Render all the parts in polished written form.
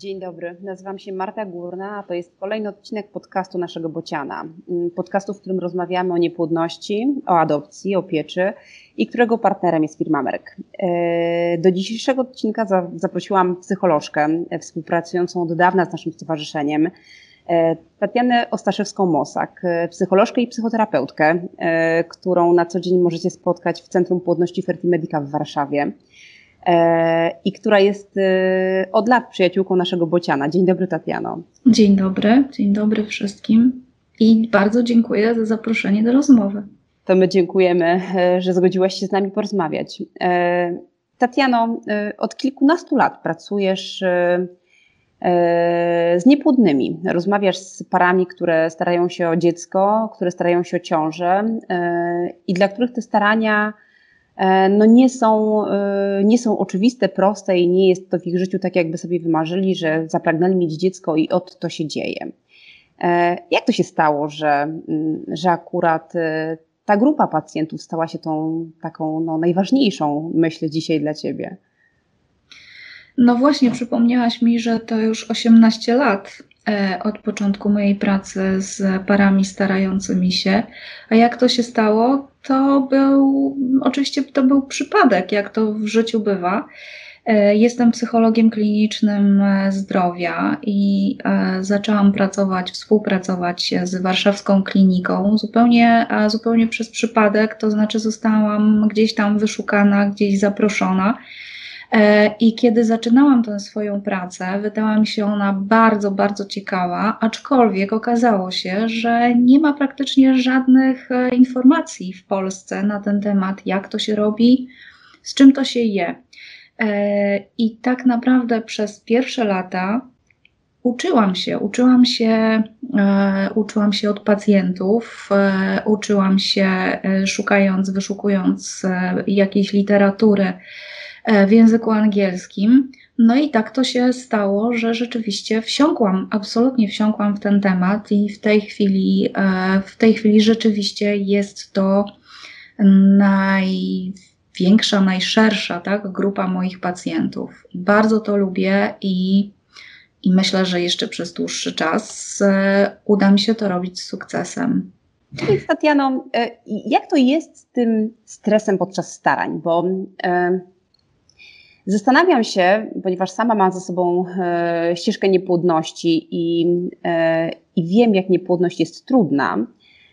Dzień dobry, nazywam się Marta Górna, a to jest kolejny odcinek podcastu naszego Bociana. Podcastu, w którym rozmawiamy o niepłodności, o adopcji, o pieczy i którego partnerem jest firma Merck. Do dzisiejszego odcinka zaprosiłam psycholożkę współpracującą od dawna z naszym stowarzyszeniem, Tatianę Ostaszewską-Mosak, psycholożkę i psychoterapeutkę, którą na co dzień możecie spotkać w Centrum Płodności Fertimedica w Warszawie. I która jest od lat przyjaciółką naszego Bociana. Dzień dobry, Tatiano. Dzień dobry wszystkim i bardzo dziękuję za zaproszenie do rozmowy. To my dziękujemy, że zgodziłaś się z nami porozmawiać. Tatiano, od kilkunastu lat pracujesz z niepłodnymi. Rozmawiasz z parami, które starają się o dziecko, które starają się o ciążę i dla których te starania nie są oczywiste, proste i nie jest to w ich życiu tak, jakby sobie wymarzyli, że zapragnęli mieć dziecko i to się dzieje. Jak to się stało, że akurat ta grupa pacjentów stała się tą taką najważniejszą, myślę, dzisiaj dla Ciebie? No właśnie, przypomniałaś mi, że to już 18 lat od początku mojej pracy z parami starającymi się. A jak to się stało? Oczywiście to był przypadek, jak to w życiu bywa. Jestem psychologiem klinicznym zdrowia i zaczęłam współpracować z warszawską kliniką zupełnie przez przypadek, to znaczy zostałam gdzieś tam wyszukana, gdzieś zaproszona. I kiedy zaczynałam tę swoją pracę, wydała mi się ona bardzo, bardzo ciekawa, aczkolwiek okazało się, że nie ma praktycznie żadnych informacji w Polsce na ten temat, jak to się robi, z czym to się je. I tak naprawdę przez pierwsze lata uczyłam się od pacjentów, uczyłam się wyszukując jakiejś literatury w języku angielskim. No i tak to się stało, że rzeczywiście absolutnie wsiąkłam w ten temat i w tej chwili rzeczywiście jest to największa, najszersza, tak, grupa moich pacjentów. Bardzo to lubię i myślę, że jeszcze przez dłuższy czas uda mi się to robić z sukcesem. Powiedz, Tatiano, jak to jest z tym stresem podczas starań? Bo zastanawiam się, ponieważ sama mam za sobą ścieżkę niepłodności i wiem, jak niepłodność jest trudna,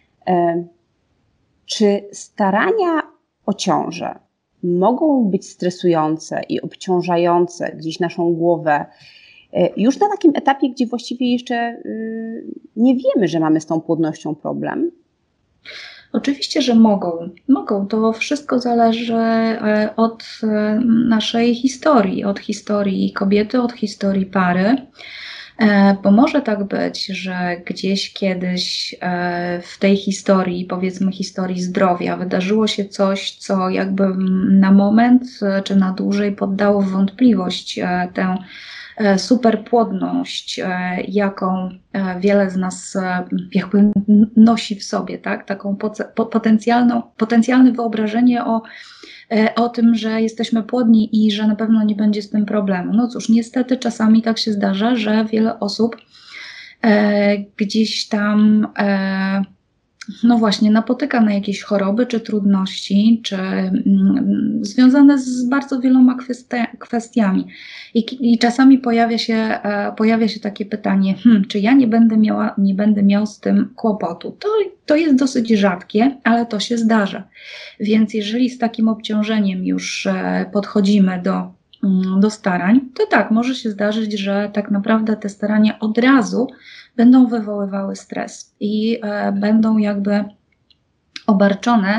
czy starania o ciążę mogą być stresujące i obciążające gdzieś naszą głowę już na takim etapie, gdzie właściwie jeszcze nie wiemy, że mamy z tą płodnością problem? Oczywiście, że mogą. To wszystko zależy od naszej historii, od historii kobiety, od historii pary. Bo może tak być, że gdzieś kiedyś w tej historii, powiedzmy historii zdrowia, wydarzyło się coś, co jakby na moment czy na dłużej poddało w wątpliwość tę superpłodność, jaką wiele z nas jakby nosi w sobie, tak? Taką potencjalne wyobrażenie o tym, że jesteśmy płodni i że na pewno nie będzie z tym problemu. No cóż, niestety czasami tak się zdarza, że wiele osób gdzieś tam no właśnie napotyka na jakieś choroby czy trudności, czy związane z bardzo wieloma kwestiami. I czasami pojawia się takie pytanie, czy ja nie będę miał z tym kłopotu. To jest dosyć rzadkie, ale to się zdarza. Więc jeżeli z takim obciążeniem już podchodzimy do starań, to tak, może się zdarzyć, że tak naprawdę te starania od razu będą wywoływały stres i będą jakby obarczone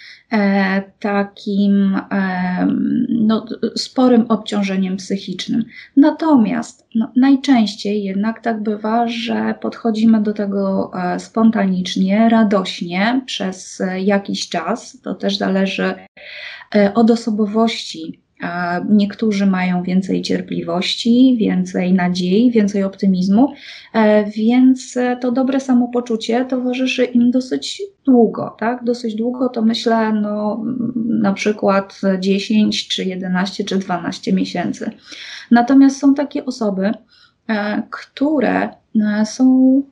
takim sporym obciążeniem psychicznym. Natomiast najczęściej jednak tak bywa, że podchodzimy do tego spontanicznie, radośnie przez jakiś czas. To też zależy od osobowości. Niektórzy mają więcej cierpliwości, więcej nadziei, więcej optymizmu, więc to dobre samopoczucie towarzyszy im dosyć długo, tak? Dosyć długo to myślę, na przykład 10, czy 11, czy 12 miesięcy. Natomiast są takie osoby, które są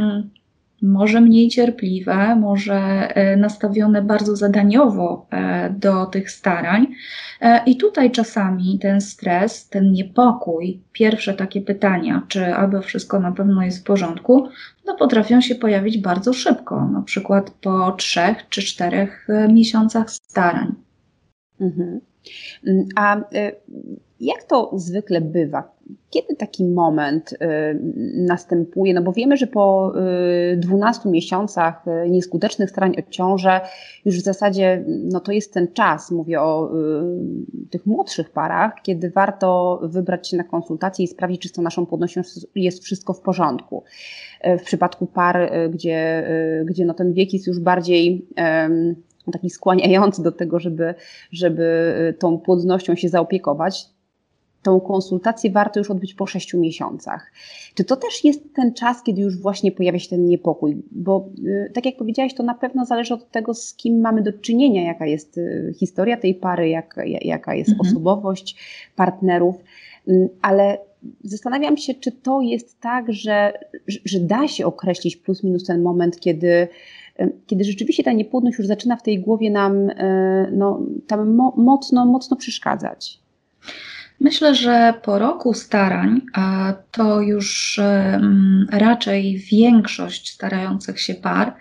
może mniej cierpliwe, może nastawione bardzo zadaniowo do tych starań. I tutaj czasami ten stres, ten niepokój, pierwsze takie pytania, czy aby wszystko na pewno jest w porządku, no potrafią się pojawić bardzo szybko, na przykład po 3 czy 4 miesiącach starań. Mhm. A jak to zwykle bywa? Kiedy taki moment następuje? No bo wiemy, że po 12 miesiącach nieskutecznych starań o ciążę już w zasadzie no to jest ten czas, mówię o tych młodszych parach, kiedy warto wybrać się na konsultację i sprawdzić, czy z tą naszą płodnością jest wszystko w porządku. W przypadku par, gdzie no ten wiek jest już bardziej taki skłaniający do tego, żeby tą płodnością się zaopiekować, tą konsultację warto już odbyć po 6 miesiącach. Czy to też jest ten czas, kiedy już właśnie pojawia się ten niepokój? Bo tak jak powiedziałaś, to na pewno zależy od tego, z kim mamy do czynienia, jaka jest historia tej pary, jaka jest osobowość partnerów, ale zastanawiam się, czy to jest tak, że da się określić plus minus ten moment, kiedy rzeczywiście ta niepłodność już zaczyna w tej głowie nam tam mocno przeszkadzać. Myślę, że po roku starań to już raczej większość starających się par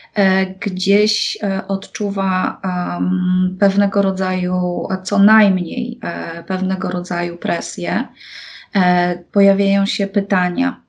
gdzieś odczuwa pewnego rodzaju, co najmniej pewnego rodzaju presję. Pojawiają się pytania.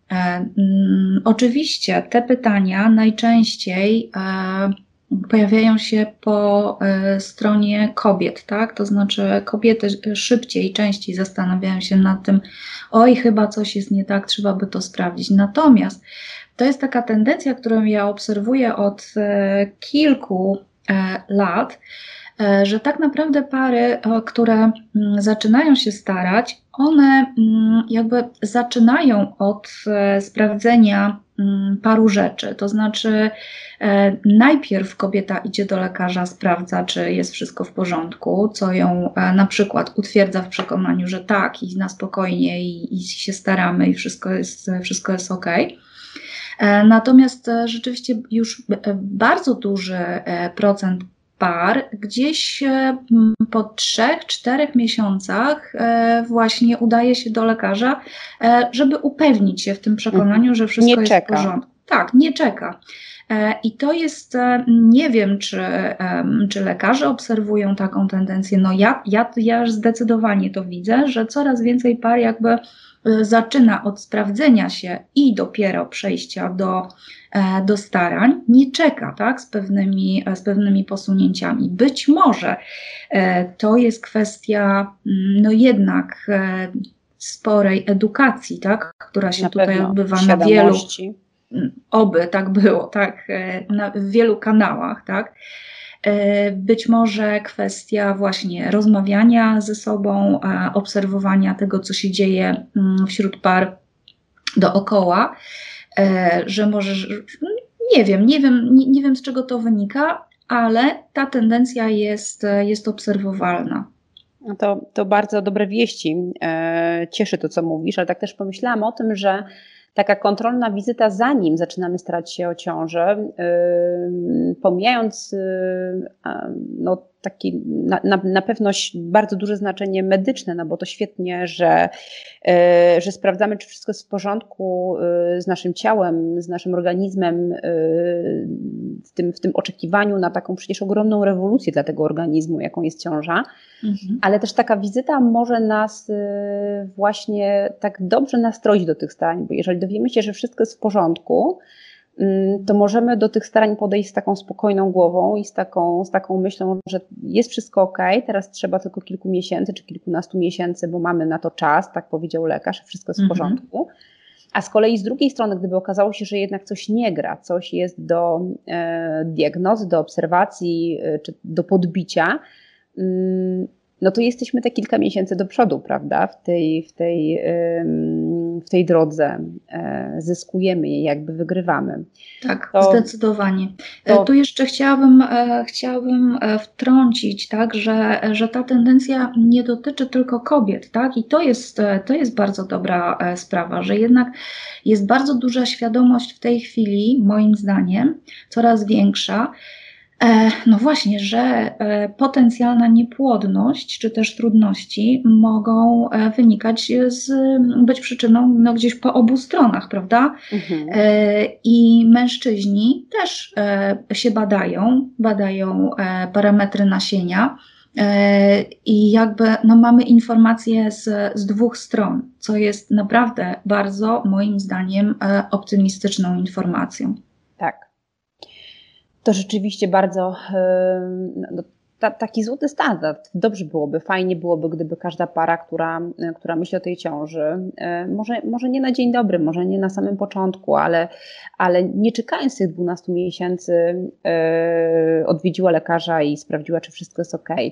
Oczywiście te pytania najczęściej pojawiają się po stronie kobiet, tak? To znaczy kobiety szybciej, częściej zastanawiają się nad tym, oj, chyba coś jest nie tak, trzeba by to sprawdzić. Natomiast to jest taka tendencja, którą ja obserwuję od kilku lat, że tak naprawdę pary, które zaczynają się starać, one jakby zaczynają od sprawdzenia paru rzeczy. To znaczy najpierw kobieta idzie do lekarza, sprawdza, czy jest wszystko w porządku, co ją na przykład utwierdza w przekonaniu, że tak, i na spokojnie, i się staramy, i wszystko jest okej. Natomiast rzeczywiście już bardzo duży procent par gdzieś po 3-4 miesiącach właśnie udaje się do lekarza, żeby upewnić się w tym przekonaniu, że wszystko jest w porządku. Tak, nie czeka. I to jest, nie wiem, czy lekarze obserwują taką tendencję. No ja zdecydowanie to widzę, że coraz więcej par jakby zaczyna od sprawdzenia się i dopiero przejścia do starań, nie czeka, tak, z pewnymi posunięciami. Być może to jest kwestia no jednak sporej edukacji, tak, która się tutaj odbywa na wielu, oby tak było, tak, w wielu kanałach, tak. Być może kwestia właśnie rozmawiania ze sobą, obserwowania tego, co się dzieje wśród par dookoła, że może, nie wiem z czego to wynika, ale ta tendencja jest obserwowalna. No to bardzo dobre wieści. Cieszy to, co mówisz, ale tak też pomyślałam o tym, że taka kontrolna wizyta, zanim zaczynamy starać się o ciążę, pomijając no, taki na pewno bardzo duże znaczenie medyczne, no bo to świetnie, że sprawdzamy, czy wszystko jest w porządku z naszym ciałem, z naszym organizmem, w tym oczekiwaniu na taką przecież ogromną rewolucję dla tego organizmu, jaką jest ciąża. Ale też taka wizyta może nas właśnie tak dobrze nastroić do tych starań, bo jeżeli dowiemy się, że wszystko jest w porządku, to możemy do tych starań podejść z taką spokojną głową i z taką myślą, że jest wszystko okej, teraz trzeba tylko kilku miesięcy czy kilkunastu miesięcy, bo mamy na to czas, tak powiedział lekarz, wszystko jest w porządku. A z kolei z drugiej strony, gdyby okazało się, że jednak coś nie gra, coś jest do diagnozy, do obserwacji czy do podbicia, no to jesteśmy te kilka miesięcy do przodu, prawda, w tej drodze, zyskujemy je, jakby wygrywamy. Tak, zdecydowanie. Tu jeszcze chciałabym wtrącić, tak, że ta tendencja nie dotyczy tylko kobiet, tak, i to jest bardzo dobra sprawa, że jednak jest bardzo duża świadomość w tej chwili, moim zdaniem, coraz większa, no właśnie, że potencjalna niepłodność czy też trudności mogą wynikać być przyczyną no, gdzieś po obu stronach, prawda? I mężczyźni też się badają parametry nasienia i jakby no, mamy informacje z dwóch stron, co jest naprawdę bardzo, moim zdaniem, optymistyczną informacją. Tak. To rzeczywiście bardzo taki złoty standard. Dobrze byłoby, fajnie byłoby, gdyby każda para, która myśli o tej ciąży, może nie na dzień dobry, może nie na samym początku, ale nie czekając tych 12 miesięcy odwiedziła lekarza i sprawdziła, czy wszystko jest okej,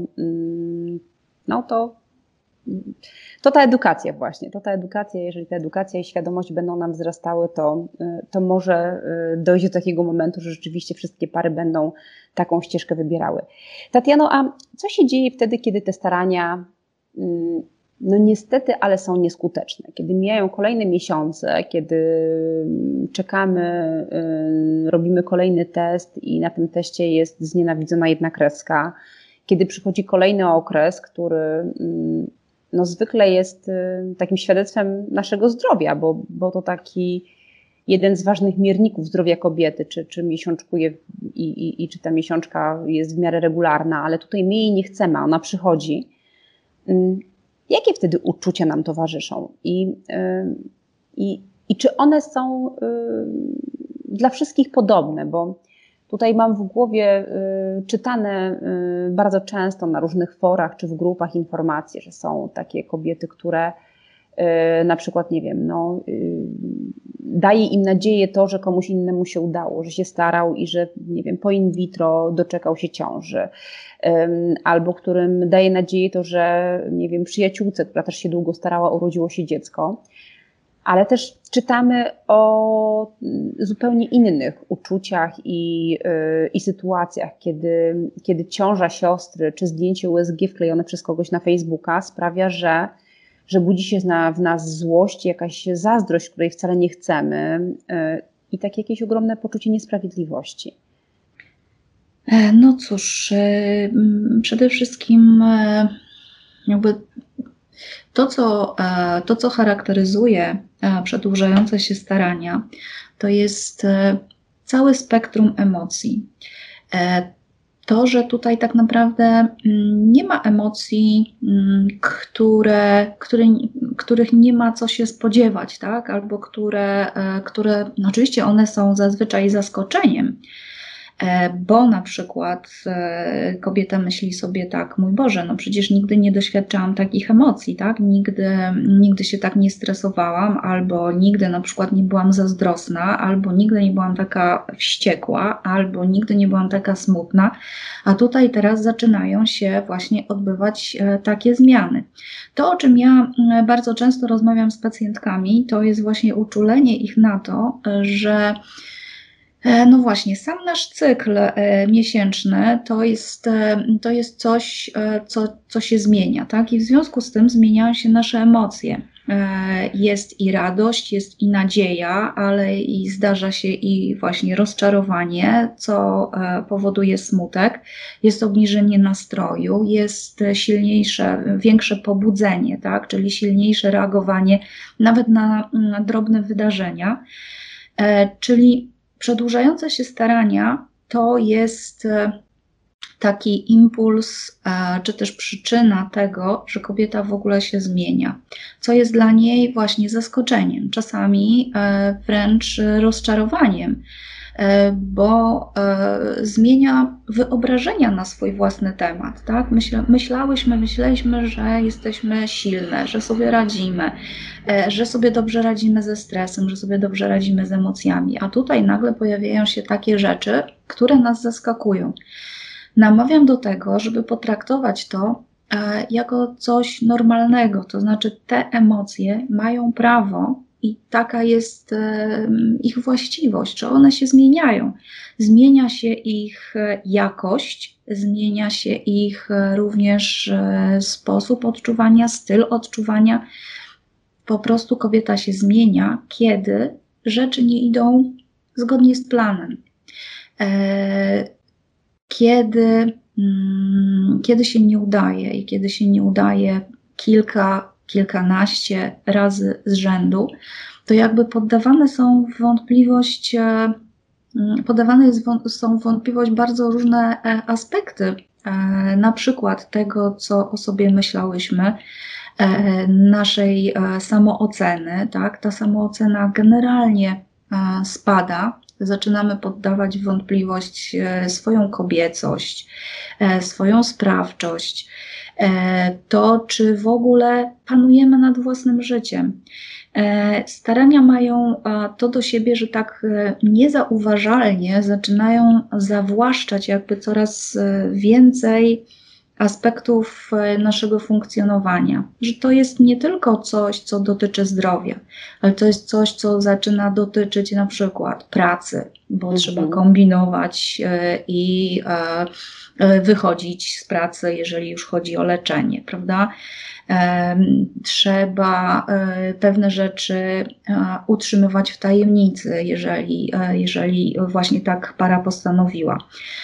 to ta edukacja właśnie, jeżeli ta edukacja i świadomość będą nam wzrastały, to może dojść do takiego momentu, że rzeczywiście wszystkie pary będą taką ścieżkę wybierały. Tatiano, a co się dzieje wtedy, kiedy te starania, no niestety, ale są nieskuteczne? Kiedy mijają kolejne miesiące, kiedy czekamy, robimy kolejny test i na tym teście jest znienawidzona jedna kreska, kiedy przychodzi kolejny okres, który no zwykle jest takim świadectwem naszego zdrowia, bo to taki jeden z ważnych mierników zdrowia kobiety, czy miesiączkuje i czy ta miesiączka jest w miarę regularna, ale tutaj my jej nie chcemy, ona przychodzi. Jakie wtedy uczucia nam towarzyszą? I czy one są dla wszystkich podobne? Bo tutaj mam w głowie czytane bardzo często na różnych forach czy w grupach informacje, że są takie kobiety, które na przykład, nie wiem, no, daje im nadzieję to, że komuś innemu się udało, że się starał i że, nie wiem, po in vitro doczekał się ciąży. Albo którym daje nadzieję to, że, nie wiem, przyjaciółce, która też się długo starała, urodziło się dziecko. Ale też czytamy o zupełnie innych uczuciach i sytuacjach, kiedy ciąża siostry czy zdjęcie USG wklejone przez kogoś na Facebooka sprawia, że budzi się w nas złość, jakaś zazdrość, której wcale nie chcemy i takie jakieś ogromne poczucie niesprawiedliwości. No cóż, przede wszystkim jakby to, co charakteryzuje przedłużające się starania, to jest całe spektrum emocji. To, że tutaj tak naprawdę nie ma emocji, których nie ma co się spodziewać, tak? Albo które no oczywiście one są zazwyczaj zaskoczeniem, bo na przykład kobieta myśli sobie tak, mój Boże, no przecież nigdy nie doświadczałam takich emocji, tak? Nigdy się tak nie stresowałam, albo nigdy na przykład nie byłam zazdrosna, albo nigdy nie byłam taka wściekła, albo nigdy nie byłam taka smutna, a tutaj teraz zaczynają się właśnie odbywać takie zmiany. To, o czym ja bardzo często rozmawiam z pacjentkami, to jest właśnie uczulenie ich na to, że no właśnie, sam nasz cykl miesięczny to jest coś, co się zmienia, tak? I w związku z tym zmieniają się nasze emocje. Jest i radość, jest i nadzieja, ale i zdarza się i właśnie rozczarowanie, co powoduje smutek. Jest obniżenie nastroju, jest większe pobudzenie, tak? Czyli silniejsze reagowanie nawet na drobne wydarzenia. Czyli przedłużające się starania to jest taki impuls, czy też przyczyna tego, że kobieta w ogóle się zmienia, co jest dla niej właśnie zaskoczeniem, czasami wręcz rozczarowaniem, bo zmienia wyobrażenia na swój własny temat. Tak? Myśleliśmy, że jesteśmy silne, że sobie radzimy, że sobie dobrze radzimy ze stresem, że sobie dobrze radzimy z emocjami, a tutaj nagle pojawiają się takie rzeczy, które nas zaskakują. Namawiam do tego, żeby potraktować to jako coś normalnego, to znaczy te emocje mają prawo i taka jest ich właściwość, że one się zmieniają. Zmienia się ich jakość, zmienia się ich również sposób odczuwania, styl odczuwania. Po prostu kobieta się zmienia, kiedy rzeczy nie idą zgodnie z planem. Kiedy się nie udaje i kiedy się nie udaje kilkanaście razy z rzędu, to jakby poddawane są w wątpliwość bardzo różne aspekty, na przykład tego, co o sobie myślałyśmy, naszej samooceny, tak? Ta samoocena generalnie spada. Zaczynamy poddawać w wątpliwość swoją kobiecość, swoją sprawczość, to, czy w ogóle panujemy nad własnym życiem. Starania mają to do siebie, że tak niezauważalnie zaczynają zawłaszczać jakby coraz więcej aspektów naszego funkcjonowania. Że to jest nie tylko coś, co dotyczy zdrowia, ale to jest coś, co zaczyna dotyczyć na przykład pracy, bo trzeba kombinować i wychodzić z pracy, jeżeli już chodzi o leczenie, prawda? Trzeba pewne rzeczy utrzymywać w tajemnicy, jeżeli właśnie tak para postanowiła.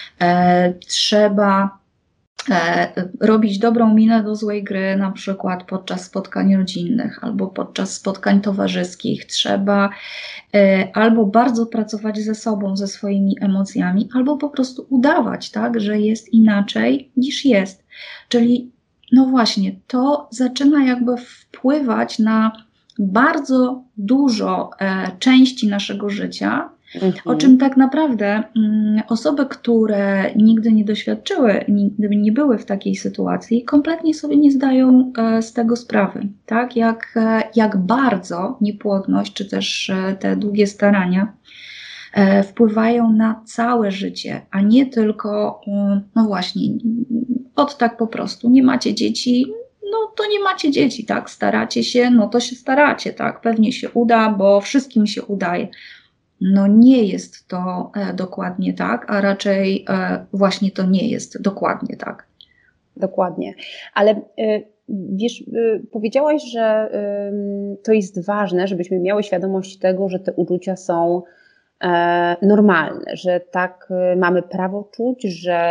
Trzeba robić dobrą minę do złej gry, na przykład podczas spotkań rodzinnych albo podczas spotkań towarzyskich. Trzeba albo bardzo pracować ze sobą, ze swoimi emocjami, albo po prostu udawać, tak, że jest inaczej niż jest. Czyli no właśnie, to zaczyna jakby wpływać na bardzo dużo części naszego życia, o czym tak naprawdę osoby, które nigdy nie doświadczyły, nigdy nie były w takiej sytuacji, kompletnie sobie nie zdają z tego sprawy. Tak? Jak bardzo niepłodność, czy też te długie starania wpływają na całe życie, a nie tylko, no właśnie, od tak po prostu, nie macie dzieci, no to nie macie dzieci, tak? Staracie się, no to się staracie, tak? Pewnie się uda, bo wszystkim się udaje. No nie jest to dokładnie tak, a raczej właśnie to nie jest dokładnie tak. Dokładnie. Ale wiesz, powiedziałaś, że to jest ważne, żebyśmy miały świadomość tego, że te uczucia są normalne, że tak mamy prawo czuć,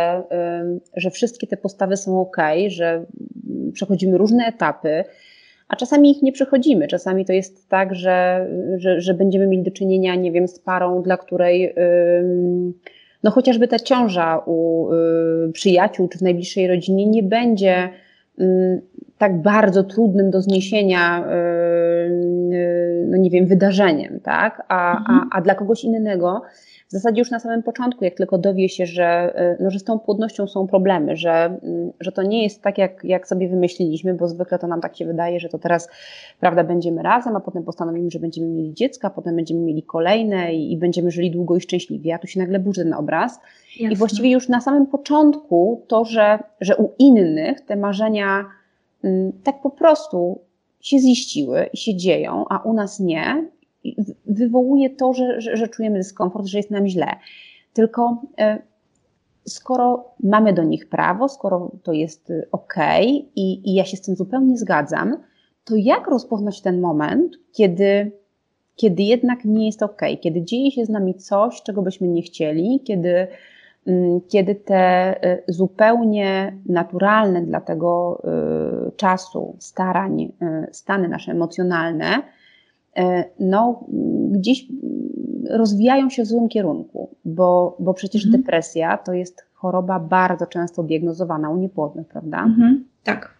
że wszystkie te postawy są okej, że przechodzimy różne etapy, a czasami ich nie przechodzimy. Czasami to jest tak, że będziemy mieli do czynienia, nie wiem, z parą, dla której no chociażby ta ciąża u przyjaciół czy w najbliższej rodzinie nie będzie tak bardzo trudnym do zniesienia, no nie wiem, wydarzeniem, tak? A dla kogoś innego w zasadzie już na samym początku, jak tylko dowie się, że z tą płodnością są problemy, że to nie jest tak, jak sobie wymyśliliśmy, bo zwykle to nam tak się wydaje, że to teraz, prawda, będziemy razem, a potem postanowimy, że będziemy mieli dziecka, potem będziemy mieli kolejne i będziemy żyli długo i szczęśliwie, a tu się nagle burzy ten obraz. Jasne. I właściwie już na samym początku to, że u innych te marzenia tak po prostu się ziściły i się dzieją, a u nas nie, wywołuje to, że czujemy dyskomfort, że jest nam źle. Tylko skoro mamy do nich prawo, skoro to jest okej i ja się z tym zupełnie zgadzam, to jak rozpoznać ten moment, kiedy jednak nie jest okej, kiedy dzieje się z nami coś, czego byśmy nie chcieli, kiedy te zupełnie naturalne dla tego czasu starań, stany nasze emocjonalne, no gdzieś rozwijają się w złym kierunku, bo przecież depresja to jest choroba bardzo często diagnozowana u niepłodnych, prawda? Tak.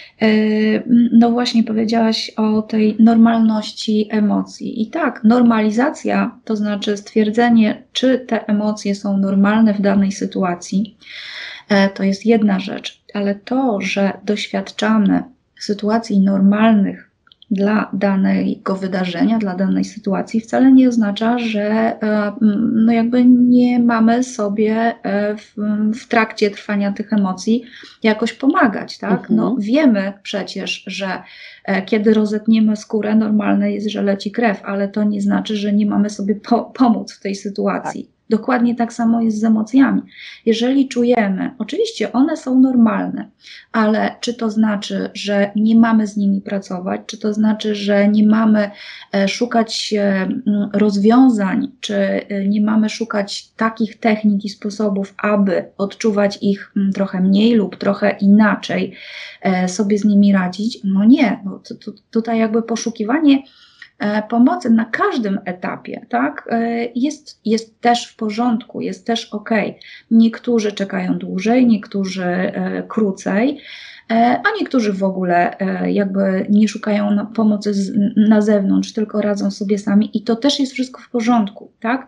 No właśnie powiedziałaś o tej normalności emocji. I tak, normalizacja, to znaczy stwierdzenie, czy te emocje są normalne w danej sytuacji, to jest jedna rzecz, ale to, że doświadczamy sytuacji normalnych dla danego wydarzenia, dla danej sytuacji, wcale nie oznacza, że no jakby nie mamy sobie w trakcie trwania tych emocji jakoś pomagać, tak? No wiemy przecież, że kiedy rozetniemy skórę, normalne jest, że leci krew, ale to nie znaczy, że nie mamy sobie pomóc w tej sytuacji. Tak. Dokładnie tak samo jest z emocjami. Jeżeli czujemy, oczywiście one są normalne, ale czy to znaczy, że nie mamy z nimi pracować, czy to znaczy, że nie mamy szukać rozwiązań, czy nie mamy szukać takich technik i sposobów, aby odczuwać ich trochę mniej lub trochę inaczej, sobie z nimi radzić? No nie, no tutaj jakby poszukiwanie pomocy na każdym etapie, tak, jest też w porządku, jest też ok. Niektórzy czekają dłużej, niektórzy krócej, a niektórzy w ogóle jakby nie szukają pomocy na zewnątrz, tylko radzą sobie sami i to też jest wszystko w porządku, tak.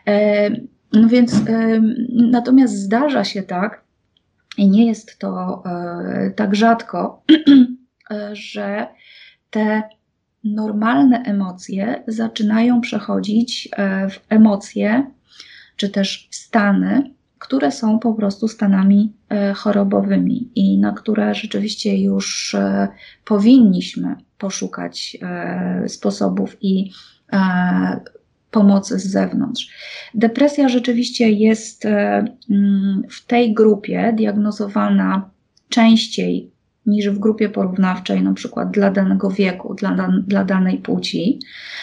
No więc natomiast zdarza się tak, i nie jest to tak rzadko, że te normalne emocje zaczynają przechodzić w emocje, czy też stany, które są po prostu stanami chorobowymi i na które rzeczywiście już powinniśmy poszukać sposobów i pomocy z zewnątrz. Depresja rzeczywiście jest w tej grupie diagnozowana częściej niż w grupie porównawczej, na przykład dla danego wieku, dla danej płci.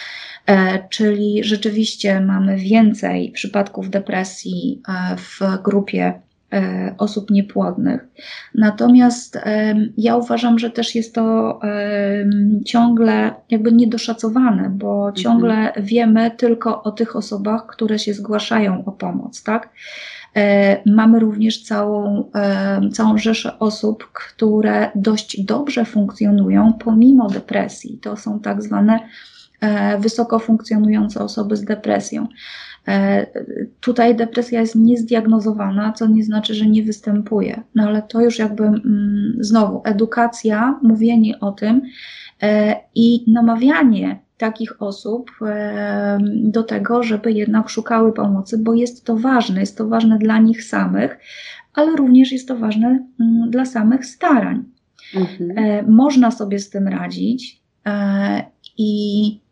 Czyli rzeczywiście mamy więcej przypadków depresji w grupie osób niepłodnych. Natomiast ja uważam, że też jest to ciągle jakby niedoszacowane, bo ciągle wiemy tylko o tych osobach, które się zgłaszają o pomoc, tak? Mamy również całą rzeszę osób, które dość dobrze funkcjonują pomimo depresji. To są tak zwane wysoko funkcjonujące osoby z depresją. Tutaj depresja jest niezdiagnozowana, co nie znaczy, że nie występuje. No ale to już jakby znowu edukacja, mówienie o tym i namawianie takich osób do tego, żeby jednak szukały pomocy, bo jest to ważne dla nich samych, ale również jest to ważne dla samych starań. Można sobie z tym radzić i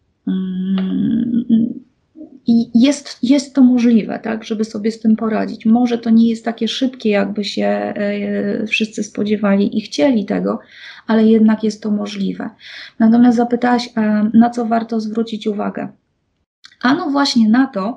jest to możliwe, tak, żeby sobie z tym poradzić. Może to nie jest takie szybkie, jakby się wszyscy spodziewali i chcieli tego, ale jednak jest to możliwe. Natomiast zapytałaś, na co warto zwrócić uwagę? A no właśnie na to,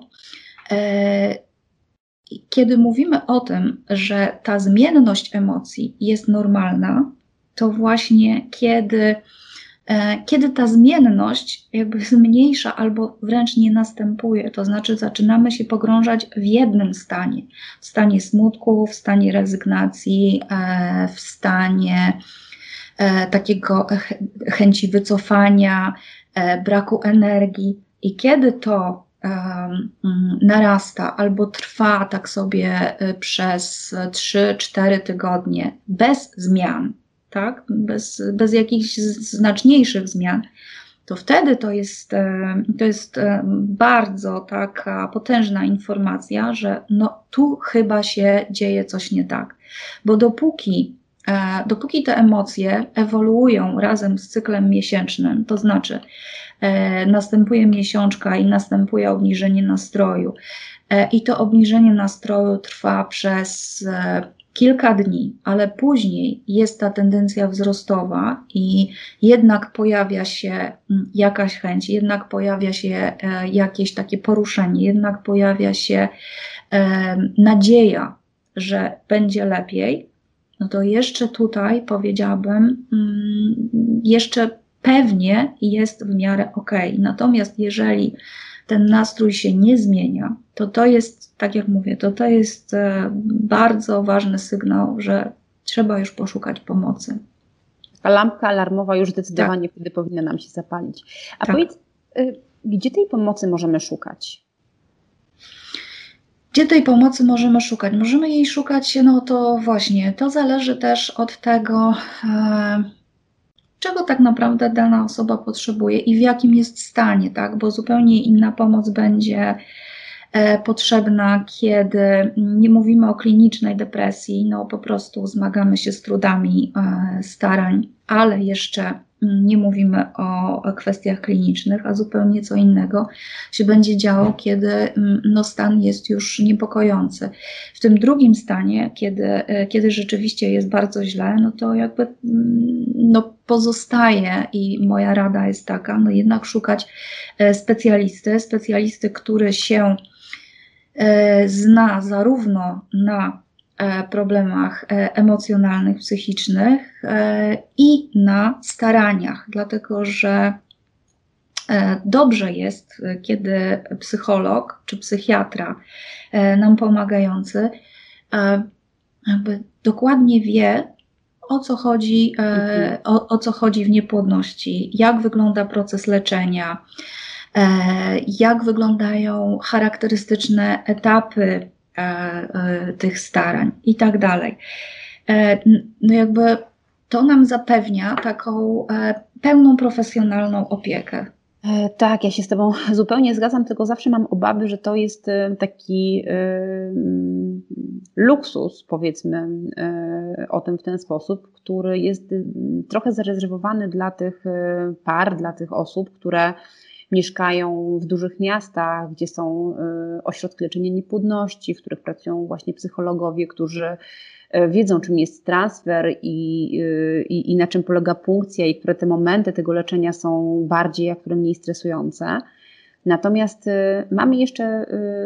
kiedy mówimy o tym, że ta zmienność emocji jest normalna, to właśnie kiedy ta zmienność jakby zmniejsza albo wręcz nie następuje, to znaczy zaczynamy się pogrążać w jednym stanie, w stanie smutku, w stanie rezygnacji, w stanie takiego chęci wycofania, braku energii i kiedy to narasta albo trwa tak sobie przez 3-4 tygodnie bez zmian, tak? Bez jakichś znaczniejszych zmian, to wtedy to jest bardzo taka potężna informacja, że no tu chyba się dzieje coś nie tak. Bo dopóki te emocje ewoluują razem z cyklem miesięcznym, to znaczy następuje miesiączka i następuje obniżenie nastroju i to obniżenie nastroju trwa przez kilka dni, ale później jest ta tendencja wzrostowa i jednak pojawia się jakaś chęć, jednak pojawia się jakieś takie poruszenie, jednak pojawia się nadzieja, że będzie lepiej, no to jeszcze tutaj powiedziałabym, jeszcze pewnie jest w miarę okej. Natomiast jeżeli ten nastrój się nie zmienia, to jest, tak jak mówię, to jest bardzo ważny sygnał, że trzeba już poszukać pomocy. Ta lampka alarmowa już zdecydowanie wtedy powinna nam się zapalić. A powiedz, gdzie tej pomocy możemy szukać? Gdzie tej pomocy możemy szukać? Możemy jej szukać, no to właśnie, to zależy też od tego, czego tak naprawdę dana osoba potrzebuje i w jakim jest stanie, tak? Bo zupełnie inna pomoc będzie potrzebna, kiedy nie mówimy o klinicznej depresji, no po prostu zmagamy się z trudami starań, ale jeszcze nie mówimy o kwestiach klinicznych, a zupełnie co innego się będzie działo, kiedy no, stan jest już niepokojący. W tym drugim stanie, kiedy rzeczywiście jest bardzo źle, no to jakby no, pozostaje i moja rada jest taka, no jednak szukać specjalisty, który się zna zarówno na problemach emocjonalnych, psychicznych i na staraniach, dlatego że dobrze jest, kiedy psycholog czy psychiatra nam pomagający jakby dokładnie wie, o co chodzi w niepłodności, jak wygląda proces leczenia, jak wyglądają charakterystyczne etapy tych starań i tak dalej. No jakby to nam zapewnia taką pełną profesjonalną opiekę. Tak, ja się z Tobą zupełnie zgadzam, tylko zawsze mam obawy, że to jest taki luksus, powiedzmy o tym w ten sposób, który jest trochę zarezerwowany dla tych par, dla tych osób, które mieszkają w dużych miastach, gdzie są ośrodki leczenia niepłodności, w których pracują właśnie psychologowie, którzy wiedzą, czym jest transfer i na czym polega punkcja i które te momenty tego leczenia są bardziej, a które mniej stresujące. Natomiast mamy jeszcze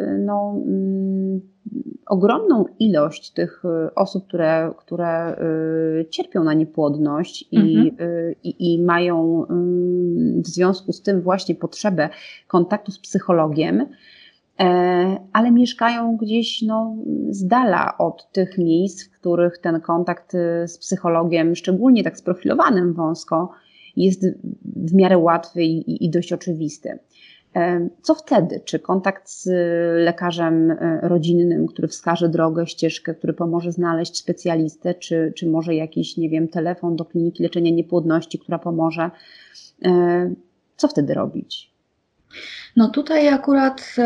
ogromną ilość tych osób, które cierpią na niepłodność i mają w związku z tym właśnie potrzebę kontaktu z psychologiem, ale mieszkają gdzieś z dala od tych miejsc, w których ten kontakt z psychologiem, szczególnie tak sprofilowanym wąsko, jest w miarę łatwy i dość oczywisty. Co wtedy? Czy kontakt z lekarzem rodzinnym, który wskaże drogę, ścieżkę, który pomoże znaleźć specjalistę, czy może jakiś, nie wiem, telefon do kliniki leczenia niepłodności, która pomoże? Co wtedy robić? No tutaj akurat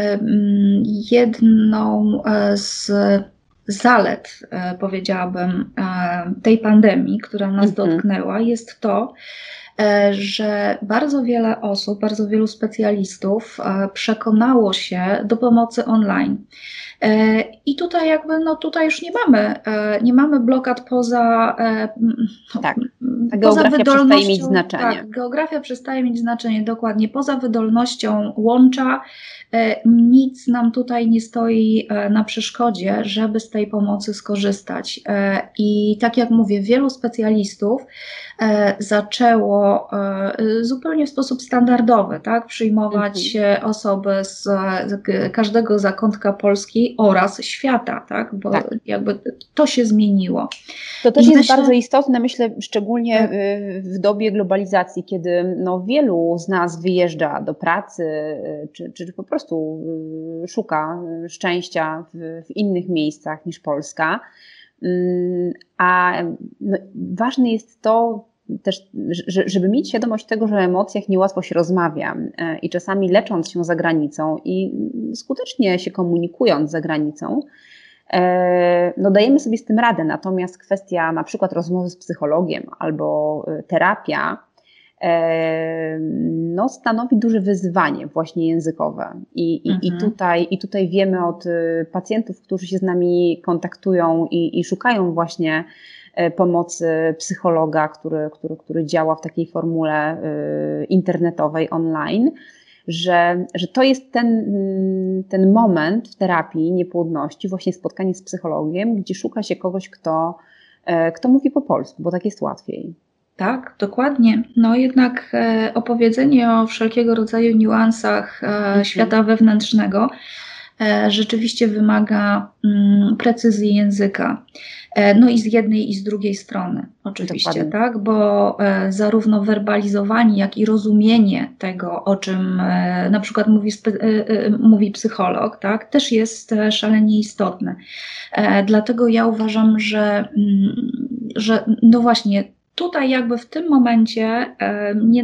jedną z zalet, powiedziałabym, tej pandemii, która nas dotknęła, jest to, że bardzo wiele osób, bardzo wielu specjalistów przekonało się do pomocy online. I tutaj jakby, tutaj już nie mamy blokad poza geografia przestaje mieć znaczenie. Tak, geografia przestaje mieć znaczenie, dokładnie. Poza wydolnością łącza nic nam tutaj nie stoi na przeszkodzie, żeby z tej pomocy skorzystać. I tak jak mówię, wielu specjalistów zaczęło zupełnie w sposób standardowy, tak, przyjmować osoby z każdego zakątka Polski oraz świata, tak, bo jakby to się zmieniło. To też jest bardzo istotne, myślę, szczególnie w dobie globalizacji, kiedy wielu z nas wyjeżdża do pracy, czy po prostu szuka szczęścia w innych miejscach niż Polska. A ważne jest to też, żeby mieć świadomość tego, że o emocjach niełatwo się rozmawia i czasami lecząc się za granicą i skutecznie się komunikując za granicą, dajemy sobie z tym radę. Natomiast kwestia na przykład rozmowy z psychologiem albo terapia stanowi duże wyzwanie właśnie językowe. I tutaj wiemy od pacjentów, którzy się z nami kontaktują i szukają właśnie pomocy psychologa, który działa w takiej formule internetowej, online, że to jest ten moment w terapii niepłodności, właśnie spotkanie z psychologiem, gdzie szuka się kogoś, kto mówi po polsku, bo tak jest łatwiej. Tak, dokładnie. Jednak opowiedzenie o wszelkiego rodzaju niuansach świata wewnętrznego rzeczywiście wymaga precyzji języka. I z jednej i z drugiej strony oczywiście, dokładnie. Tak, bo zarówno werbalizowanie, jak i rozumienie tego, o czym na przykład mówi psycholog, tak, też jest szalenie istotne. Dlatego ja uważam, że właśnie tutaj jakby w tym momencie nie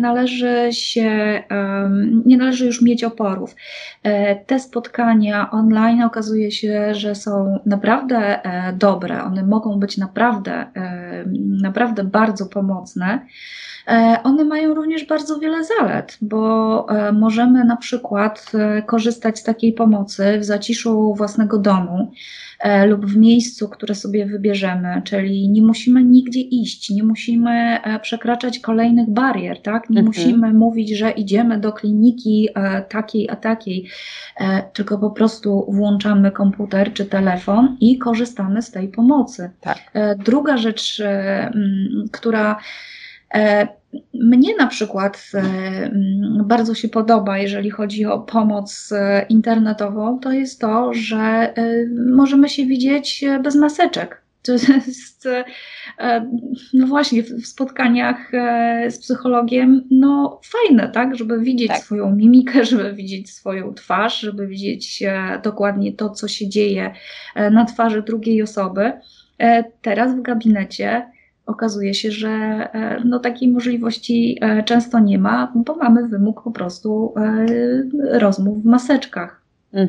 należy już mieć oporów. Te spotkania online okazuje się, że są naprawdę dobre, one mogą być naprawdę bardzo pomocne. One mają również bardzo wiele zalet, bo możemy na przykład korzystać z takiej pomocy w zaciszu własnego domu lub w miejscu, które sobie wybierzemy, czyli nie musimy nigdzie iść, nie musimy przekraczać kolejnych barier, tak? Nie musimy mówić, że idziemy do kliniki takiej a takiej, tylko po prostu włączamy komputer czy telefon i korzystamy z tej pomocy. Tak. Druga rzecz, która mnie na przykład bardzo się podoba, jeżeli chodzi o pomoc internetową, to jest to, że możemy się widzieć bez maseczek. To jest, no właśnie, w spotkaniach z psychologiem, no fajne, tak, żeby widzieć swoją mimikę, żeby widzieć swoją twarz, żeby widzieć dokładnie to, co się dzieje na twarzy drugiej osoby. Teraz w gabinecie okazuje się, że no, takiej możliwości często nie ma, bo mamy wymóg po prostu rozmów w maseczkach.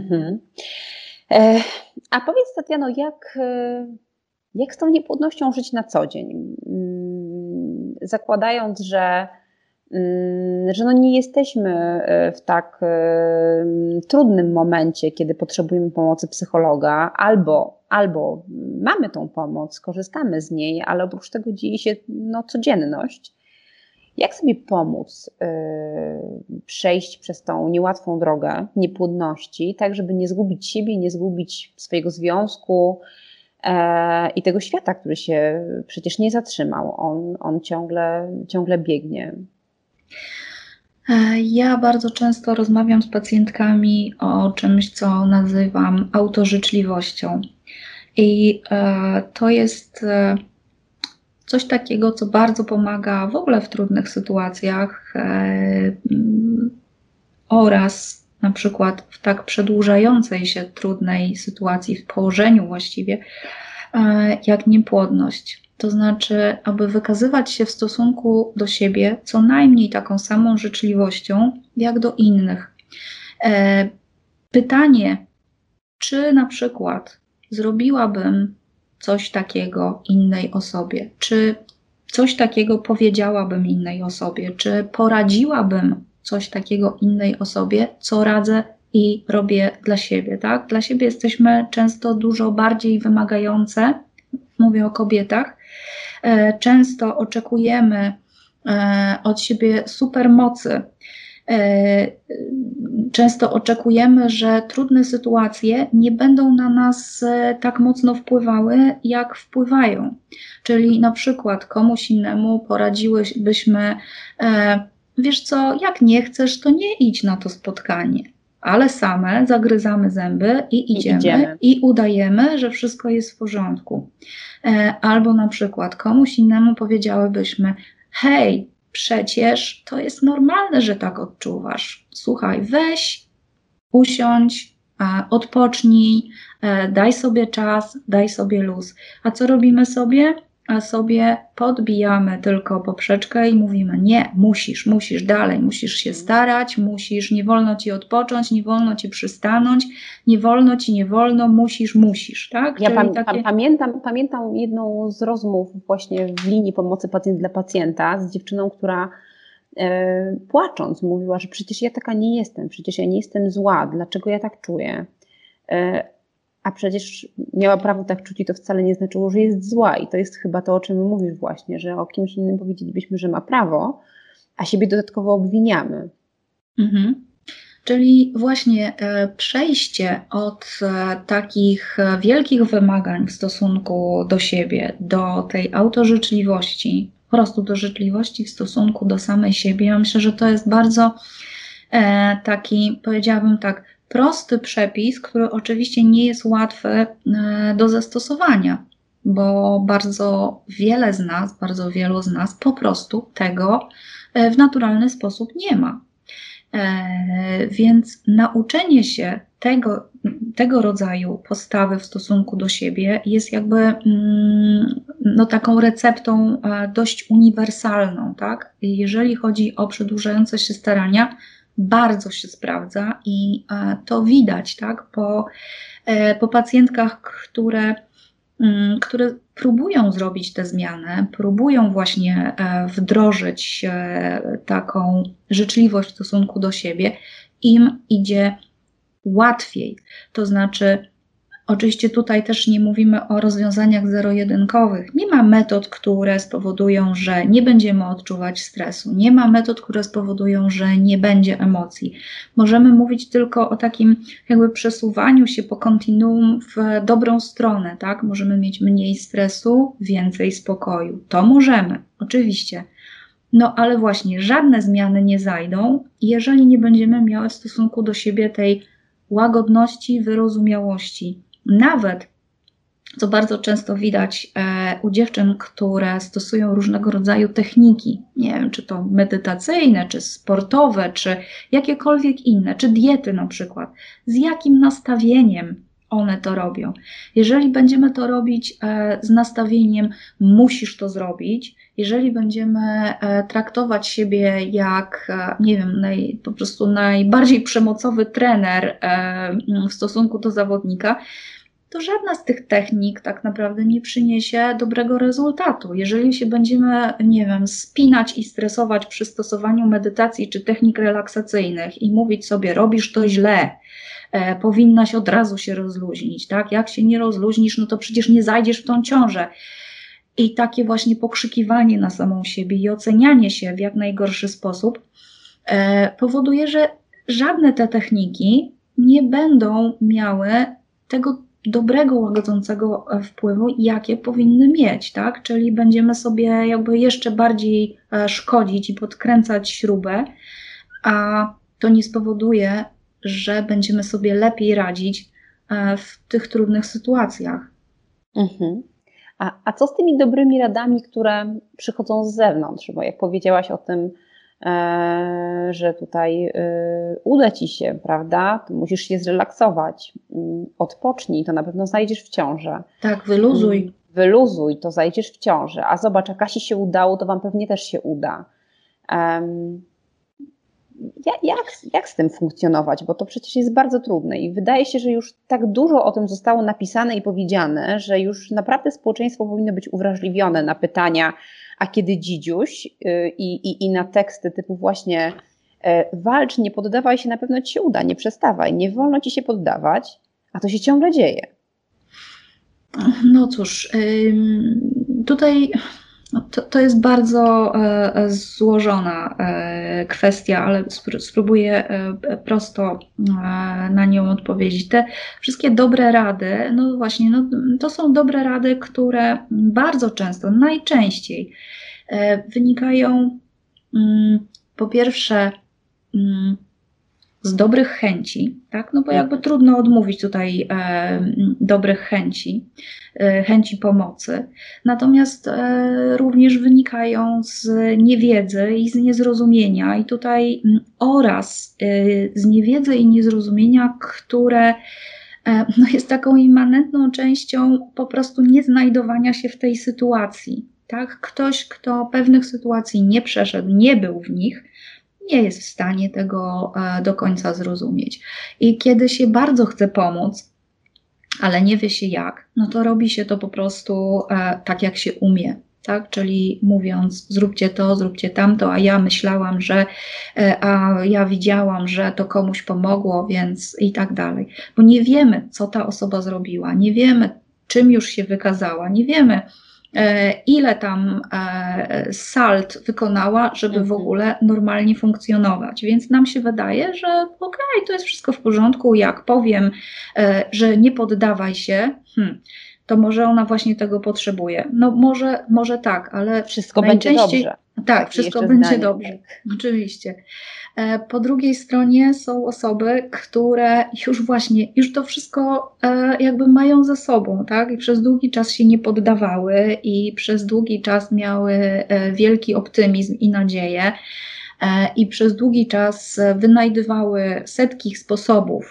A powiedz, Tatiano, jak z tą niepłodnością żyć na co dzień? Zakładając, że no nie jesteśmy w tak trudnym momencie, kiedy potrzebujemy pomocy psychologa, albo mamy tą pomoc, korzystamy z niej, ale oprócz tego dzieje się codzienność. Jak sobie pomóc przejść przez tą niełatwą drogę niepłodności, tak żeby nie zgubić siebie, nie zgubić swojego związku i tego świata, który się przecież nie zatrzymał. On ciągle biegnie. Ja bardzo często rozmawiam z pacjentkami o czymś, co nazywam autożyczliwością. I to jest coś takiego, co bardzo pomaga w ogóle w trudnych sytuacjach oraz na przykład w tak przedłużającej się trudnej sytuacji, w położeniu właściwie, jak niepłodność. To znaczy, aby wykazywać się w stosunku do siebie co najmniej taką samą życzliwością, jak do innych. Pytanie, czy na przykład zrobiłabym coś takiego innej osobie, czy coś takiego powiedziałabym innej osobie, czy poradziłabym coś takiego innej osobie, co radzę i robię dla siebie, tak? Dla siebie jesteśmy często dużo bardziej wymagające, mówię o kobietach, często oczekujemy od siebie supermocy. Często oczekujemy, że trudne sytuacje nie będą na nas tak mocno wpływały, jak wpływają. Czyli na przykład komuś innemu poradziłybyśmy, wiesz co, jak nie chcesz, to nie idź na to spotkanie. Ale same zagryzamy zęby i idziemy i udajemy, że wszystko jest w porządku. Albo na przykład komuś innemu powiedziałybyśmy, hej, przecież to jest normalne, że tak odczuwasz. Słuchaj, weź, usiądź, odpocznij, daj sobie czas, daj sobie luz. A co robimy sobie? A sobie podbijamy tylko poprzeczkę i mówimy, nie, musisz dalej, musisz się starać, nie wolno ci odpocząć, nie wolno ci przystanąć, nie wolno, musisz, tak? Ja pamiętam jedną z rozmów właśnie w linii pomocy pacjent dla pacjenta z dziewczyną, która płacząc mówiła, że przecież ja taka nie jestem, przecież ja nie jestem zła, dlaczego ja tak czuję? A przecież miała prawo tak czuć i to wcale nie znaczyło, że jest zła. I to jest chyba to, o czym mówisz właśnie, że o kimś innym powiedzielibyśmy, że ma prawo, a siebie dodatkowo obwiniamy. Czyli właśnie przejście od takich wielkich wymagań w stosunku do siebie, do tej autożyczliwości, po prostu do życzliwości w stosunku do samej siebie. Ja myślę, że to jest bardzo taki, powiedziałabym tak, prosty przepis, który oczywiście nie jest łatwy do zastosowania, bo bardzo wielu z nas po prostu tego w naturalny sposób nie ma. Więc nauczenie się tego rodzaju postawy w stosunku do siebie jest jakby taką receptą dość uniwersalną, tak? Jeżeli chodzi o przedłużające się starania, bardzo się sprawdza i to widać, tak? Po pacjentkach, które próbują zrobić tę zmianę, próbują właśnie wdrożyć taką życzliwość w stosunku do siebie, im idzie łatwiej. To znaczy, oczywiście tutaj też nie mówimy o rozwiązaniach zero-jedynkowych. Nie ma metod, które spowodują, że nie będziemy odczuwać stresu. Nie ma metod, które spowodują, że nie będzie emocji. Możemy mówić tylko o takim jakby przesuwaniu się po kontinuum w dobrą stronę, tak? Możemy mieć mniej stresu, więcej spokoju. To możemy, oczywiście. No ale właśnie żadne zmiany nie zajdą, jeżeli nie będziemy miały w stosunku do siebie tej łagodności, wyrozumiałości. Nawet, co bardzo często widać u dziewczyn, które stosują różnego rodzaju techniki, nie wiem, czy to medytacyjne, czy sportowe, czy jakiekolwiek inne, czy diety na przykład, z jakim nastawieniem one to robią. Jeżeli będziemy to robić z nastawieniem musisz to zrobić, jeżeli będziemy traktować siebie jak, nie wiem, po prostu najbardziej przemocowy trener w stosunku do zawodnika, to żadna z tych technik tak naprawdę nie przyniesie dobrego rezultatu. Jeżeli się będziemy, nie wiem, spinać i stresować przy stosowaniu medytacji czy technik relaksacyjnych i mówić sobie, robisz to źle, powinnaś od razu się rozluźnić, tak? Jak się nie rozluźnisz, no to przecież nie zajdziesz w tą ciążę. I takie właśnie pokrzykiwanie na samą siebie i ocenianie się w jak najgorszy sposób powoduje, że żadne te techniki nie będą miały tego dobrego, łagodzącego wpływu, jakie powinny mieć, tak? Czyli będziemy sobie jakby jeszcze bardziej szkodzić i podkręcać śrubę, a to nie spowoduje, że będziemy sobie lepiej radzić w tych trudnych sytuacjach. Mhm. A co z tymi dobrymi radami, które przychodzą z zewnątrz? Bo jak powiedziałaś o tym, że tutaj uda Ci się, prawda? To musisz się zrelaksować, odpocznij, to na pewno znajdziesz w ciąży. Tak, wyluzuj. Wyluzuj, to zajdziesz w ciąży. A zobacz, jak Kasi się udało, to Wam pewnie też się uda. Jak z tym funkcjonować? Bo to przecież jest bardzo trudne i wydaje się, że już tak dużo o tym zostało napisane i powiedziane, że już naprawdę społeczeństwo powinno być uwrażliwione na pytania, a kiedy dzidziuś i na teksty typu właśnie walcz, nie poddawaj się, na pewno Ci się uda, nie przestawaj, nie wolno Ci się poddawać, a to się ciągle dzieje. No cóż, tutaj to jest bardzo złożona kwestia, ale spróbuję prosto na nią odpowiedzieć. Te wszystkie dobre rady, no właśnie, to są dobre rady, które bardzo często, najczęściej wynikają po pierwsze z dobrych chęci, tak? No bo jakby trudno odmówić tutaj dobrych chęci pomocy. Natomiast również wynikają z niewiedzy i z niezrozumienia i tutaj oraz z niewiedzy i niezrozumienia, które jest taką immanentną częścią po prostu nieznajdowania się w tej sytuacji. Tak? Ktoś, kto pewnych sytuacji nie przeszedł, nie był w nich, nie jest w stanie tego do końca zrozumieć. I kiedy się bardzo chce pomóc, ale nie wie się jak, no to robi się to po prostu tak, jak się umie. Tak? Czyli mówiąc, zróbcie to, zróbcie tamto, a ja myślałam, a ja widziałam, że to komuś pomogło, więc i tak dalej. Bo nie wiemy, co ta osoba zrobiła, nie wiemy, czym już się wykazała, nie wiemy, ile tam salt wykonała, żeby w ogóle normalnie funkcjonować. Więc nam się wydaje, że okej, to jest wszystko w porządku, jak powiem, że nie poddawaj się, to może ona właśnie tego potrzebuje. No może tak, ale wszystko będzie dobrze. Tak, wszystko będzie dobrze, oczywiście. Po drugiej stronie są osoby, które już to wszystko jakby mają za sobą, tak? I przez długi czas się nie poddawały i przez długi czas miały wielki optymizm i nadzieję i przez długi czas wynajdywały setki sposobów,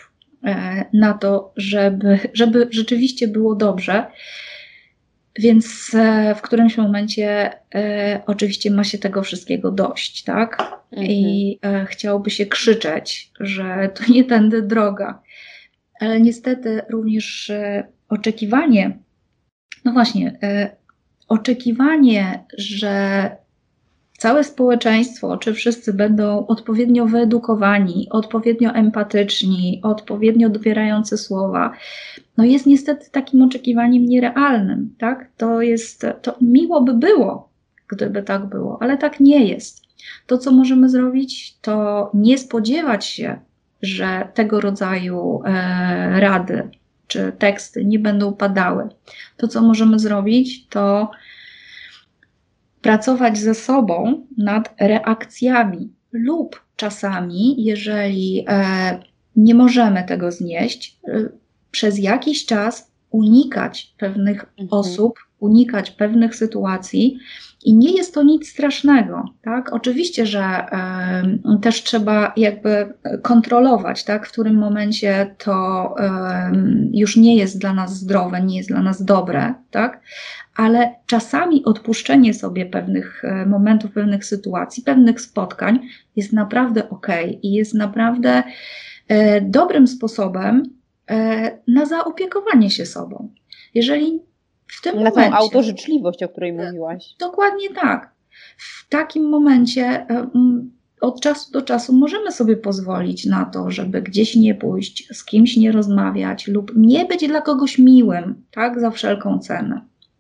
na to, żeby rzeczywiście było dobrze. Więc w którymś momencie oczywiście ma się tego wszystkiego dość, tak? I chciałoby się krzyczeć, że to nie tędy droga. Ale niestety również oczekiwanie, no właśnie, oczekiwanie, że całe społeczeństwo, czy wszyscy będą odpowiednio wyedukowani, odpowiednio empatyczni, odpowiednio dobierające słowa, no jest niestety takim oczekiwaniem nierealnym, tak? To miło by było, gdyby tak było, ale tak nie jest. To, co możemy zrobić, to nie spodziewać się, że tego rodzaju rady czy teksty nie będą padały. To, co możemy zrobić, to pracować ze sobą nad reakcjami lub czasami, jeżeli nie możemy tego znieść, przez jakiś czas unikać pewnych osób, unikać pewnych sytuacji i nie jest to nic strasznego, tak? Oczywiście, że też trzeba jakby kontrolować, tak? W którym momencie to już nie jest dla nas zdrowe, nie jest dla nas dobre, tak? Ale czasami odpuszczenie sobie pewnych momentów, pewnych sytuacji, pewnych spotkań jest naprawdę okej i jest naprawdę dobrym sposobem na zaopiekowanie się sobą. Jeżeli w tym momencie... Na tą autożyczliwość, o której mówiłaś. Dokładnie tak. W takim momencie od czasu do czasu możemy sobie pozwolić na to, żeby gdzieś nie pójść, z kimś nie rozmawiać lub nie być dla kogoś miłym, tak, za wszelką cenę.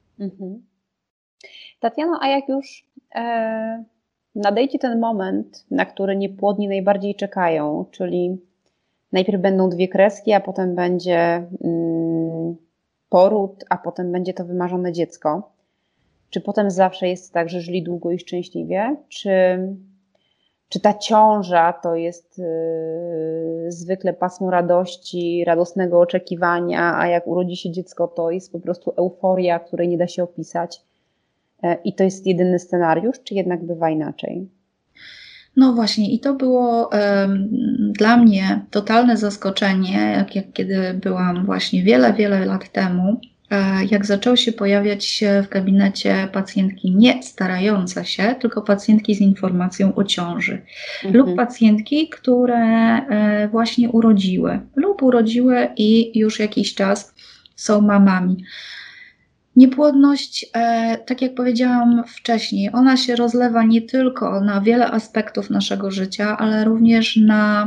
Tatiano, a jak już nadejdzie ten moment, na który niepłodni najbardziej czekają, czyli najpierw będą 2 kreski, a potem będzie poród, a potem będzie to wymarzone dziecko. Czy potem zawsze jest tak, że żyli długo i szczęśliwie? Czy ta ciąża to jest zwykle pasmo radości, radosnego oczekiwania, a jak urodzi się dziecko, to jest po prostu euforia, której nie da się opisać? I to jest jedyny scenariusz, czy jednak bywa inaczej? No właśnie, i to było dla mnie totalne zaskoczenie, kiedy byłam właśnie wiele lat temu, jak zaczęły się pojawiać w gabinecie pacjentki nie starające się, tylko pacjentki z informacją o ciąży lub pacjentki, które właśnie urodziły i już jakiś czas są mamami. Niepłodność, tak jak powiedziałam wcześniej, ona się rozlewa nie tylko na wiele aspektów naszego życia, ale również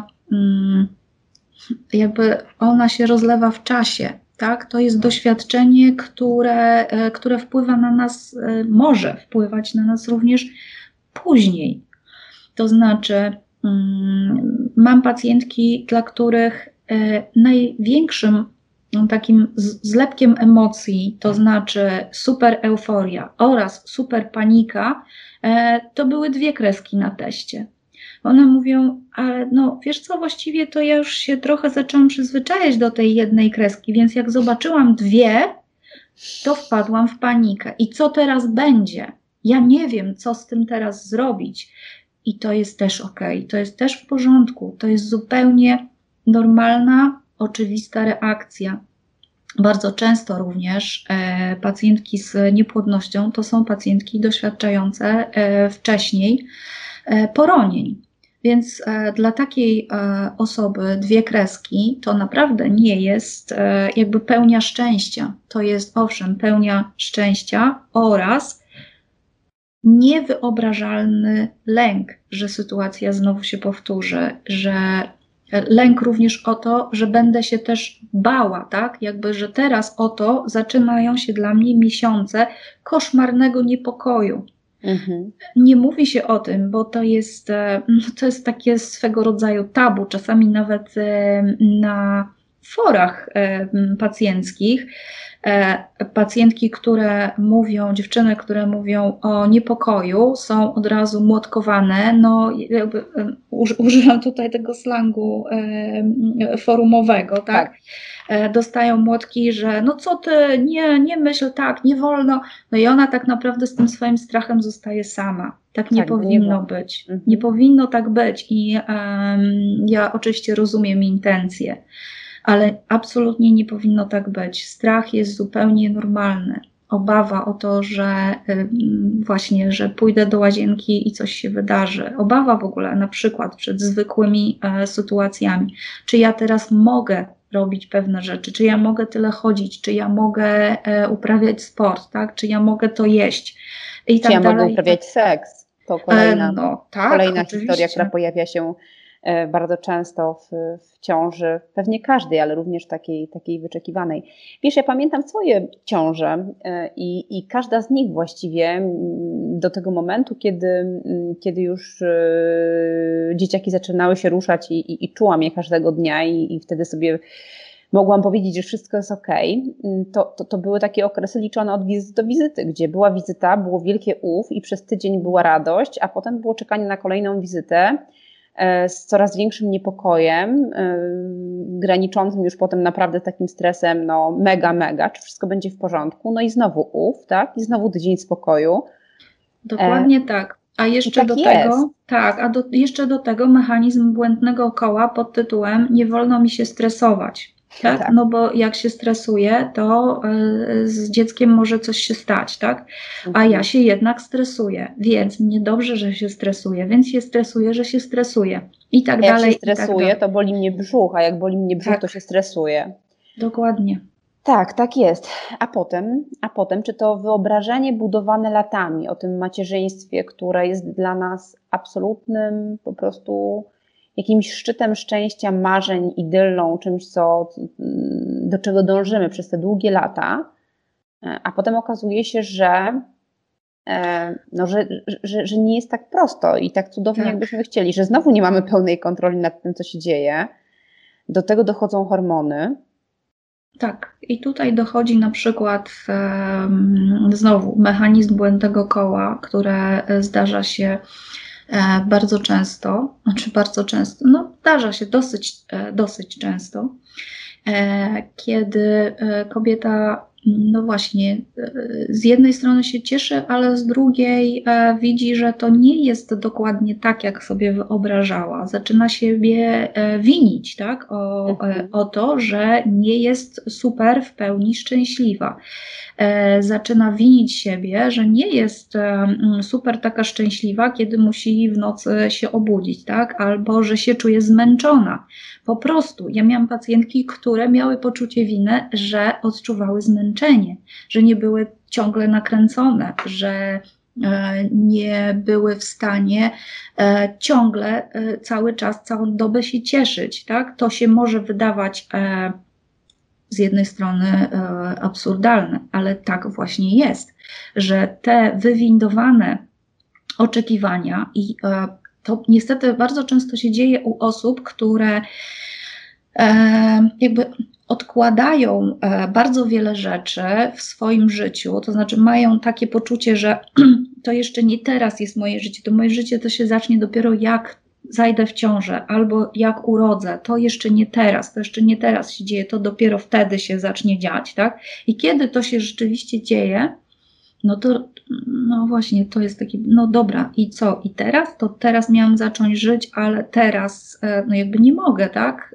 ona się rozlewa w czasie. Tak? To jest doświadczenie, które wpływa na nas, może wpływać na nas również później. To znaczy, mam pacjentki, dla których największym takim zlepkiem emocji, to znaczy super euforia oraz super panika, to były 2 kreski na teście. One mówią, ale no wiesz co, właściwie to ja już się trochę zaczęłam przyzwyczajać do tej 1 kreski, więc jak zobaczyłam 2, to wpadłam w panikę. I co teraz będzie? Ja nie wiem, co z tym teraz zrobić. I to jest też okej, to jest też w porządku, to jest zupełnie normalna, oczywista reakcja. Bardzo często również pacjentki z niepłodnością to są pacjentki doświadczające wcześniej poronień. Więc dla takiej osoby 2 kreski to naprawdę nie jest jakby pełnia szczęścia. To jest owszem pełnia szczęścia oraz niewyobrażalny lęk, że sytuacja znowu się powtórzy, że lęk również o to, że będę się też bała, tak? Jakby, że teraz oto zaczynają się dla mnie miesiące koszmarnego niepokoju. Nie mówi się o tym, bo to jest takie swego rodzaju tabu, czasami nawet na forach pacjenckich. Pacjentki, dziewczyny, które mówią o niepokoju, są od razu młotkowane, no jakby używam tutaj tego slangu forumowego, tak? Dostają młotki, że no co ty, nie myśl tak, nie wolno, no i ona tak naprawdę z tym swoim strachem zostaje sama. Tak nie powinno być. Nie powinno tak być i ja oczywiście rozumiem intencje. ale absolutnie nie powinno tak być. Strach jest zupełnie normalny. Obawa o to, że właśnie, że pójdę do łazienki i coś się wydarzy. Obawa w ogóle na przykład przed zwykłymi sytuacjami. Czy ja teraz mogę robić pewne rzeczy? Czy ja mogę tyle chodzić? Czy ja mogę uprawiać sport? Tak? Czy ja mogę to jeść? I Czy tak ja mogę dalej. uprawiać seks? To No tak, kolejna oczywiście. historia, która pojawia się bardzo często w ciąży, pewnie każdej, ale również takiej wyczekiwanej. Wiesz, ja pamiętam swoje ciąże i każda z nich właściwie do tego momentu, kiedy już dzieciaki zaczynały się ruszać i czułam je każdego dnia i wtedy sobie mogłam powiedzieć, że wszystko jest okej, to były takie okresy liczone od wizyty do wizyty, gdzie była wizyta, było wielkie i przez tydzień była radość, a potem było czekanie na kolejną wizytę z coraz większym niepokojem, graniczącym już potem naprawdę takim stresem, no mega, czy wszystko będzie w porządku, no i znowu tak, i znowu tydzień spokoju. Dokładnie tak. A jeszcze tak do jest. tego, jeszcze do tego mechanizm błędnego koła pod tytułem nie wolno mi się stresować. Tak? Tak. No bo jak się stresuje, to z dzieckiem może coś się stać, tak? A ja się jednak stresuję, więc mnie dobrze, że się stresuję, więc się stresuję, że się stresuję. I tak jak dalej. się stresuję, to boli mnie brzuch, a jak boli mnie brzuch, to się stresuję. Dokładnie. Tak jest. A potem, czy to wyobrażenie budowane latami o tym macierzyństwie, które jest dla nas absolutnym po prostu jakimś szczytem szczęścia, marzeń, idyllą, czymś, do czego dążymy przez te długie lata, a potem okazuje się, że nie jest tak prosto i tak cudownie, jakbyśmy chcieli, że znowu nie mamy pełnej kontroli nad tym, co się dzieje. Do tego dochodzą hormony. Tak, i tutaj dochodzi na przykład znowu mechanizm błędnego koła, które zdarza się bardzo często, zdarza się dosyć często, kiedy kobieta, no właśnie, z jednej strony się cieszy, ale z drugiej widzi, że to nie jest dokładnie tak, jak sobie wyobrażała. Zaczyna siebie winić, tak? O to, że nie jest super w pełni szczęśliwa. Zaczyna winić siebie, że nie jest super taka szczęśliwa, kiedy musi w nocy się obudzić, tak? Albo że się czuje zmęczona. Po prostu ja miałam pacjentki, które miały poczucie winy, że odczuwały zmęczenie, że nie były ciągle nakręcone, że nie były w stanie ciągle, cały czas, całą dobę się cieszyć, tak? To się może wydawać z jednej strony absurdalne, ale tak właśnie jest, że te wywindowane oczekiwania i to niestety bardzo często się dzieje u osób, które jakby odkładają bardzo wiele rzeczy w swoim życiu, to znaczy mają takie poczucie, że to jeszcze nie teraz jest moje życie, to moje życie to się zacznie dopiero jak zajdę w ciążę albo jak urodzę, to jeszcze nie teraz się dzieje, to dopiero wtedy się zacznie dziać, tak? I kiedy to się rzeczywiście dzieje, no właśnie, to jest taki, no dobra, i co? I teraz? To teraz miałam zacząć żyć, ale teraz no jakby nie mogę, tak?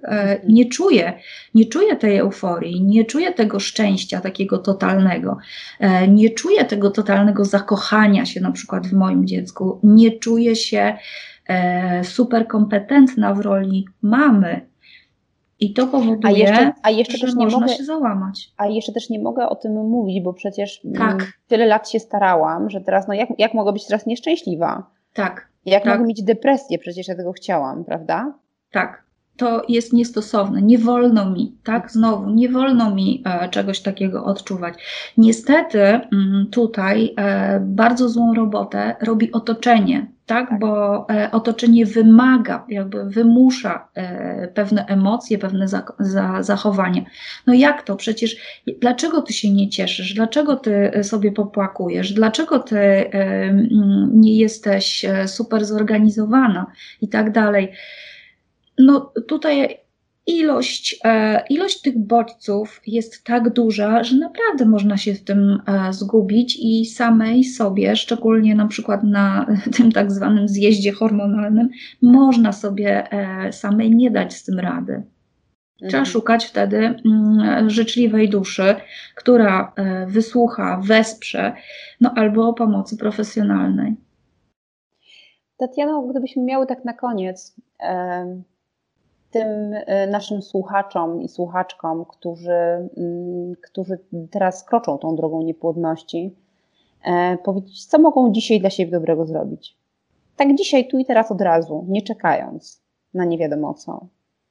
Nie czuję tej euforii, nie czuję tego szczęścia takiego totalnego, nie czuję tego totalnego zakochania się na przykład w moim dziecku, nie czuję się super kompetentna w roli mamy. I to powoduje, że można się załamać. A jeszcze też nie mogę o tym mówić, bo przecież tyle lat się starałam, że teraz, no jak mogę być teraz nieszczęśliwa? Tak. Jak mogę mieć depresję? Przecież ja tego chciałam, prawda? Tak. To jest niestosowne. Nie wolno mi, tak? Znowu, nie wolno mi czegoś takiego odczuwać. Niestety tutaj bardzo złą robotę robi otoczenie, tak? Bo otoczenie wymaga, jakby wymusza pewne emocje, pewne zachowania. No jak to? Przecież dlaczego ty się nie cieszysz? Dlaczego ty sobie popłakujesz? Dlaczego ty nie jesteś super zorganizowana? I tak dalej. No tutaj ilość tych bodźców jest tak duża, że naprawdę można się w tym zgubić i samej sobie, szczególnie na przykład na tym tak zwanym zjeździe hormonalnym, można sobie samej nie dać z tym rady. Trzeba szukać wtedy życzliwej duszy, która wysłucha, wesprze, no albo pomocy profesjonalnej. Tatiano, gdybyśmy miały tak na koniec tym naszym słuchaczom i słuchaczkom, którzy teraz kroczą tą drogą niepłodności, powiedzieć, co mogą dzisiaj dla siebie dobrego zrobić. Tak dzisiaj, tu i teraz od razu, nie czekając na nie wiadomo co.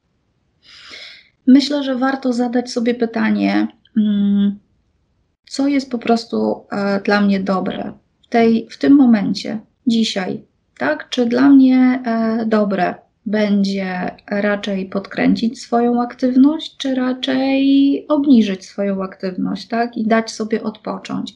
Myślę, że warto zadać sobie pytanie, co jest po prostu dla mnie dobre w tym momencie, dzisiaj, tak? Czy dla mnie dobre będzie raczej podkręcić swoją aktywność, czy raczej obniżyć swoją aktywność, tak? I dać sobie odpocząć.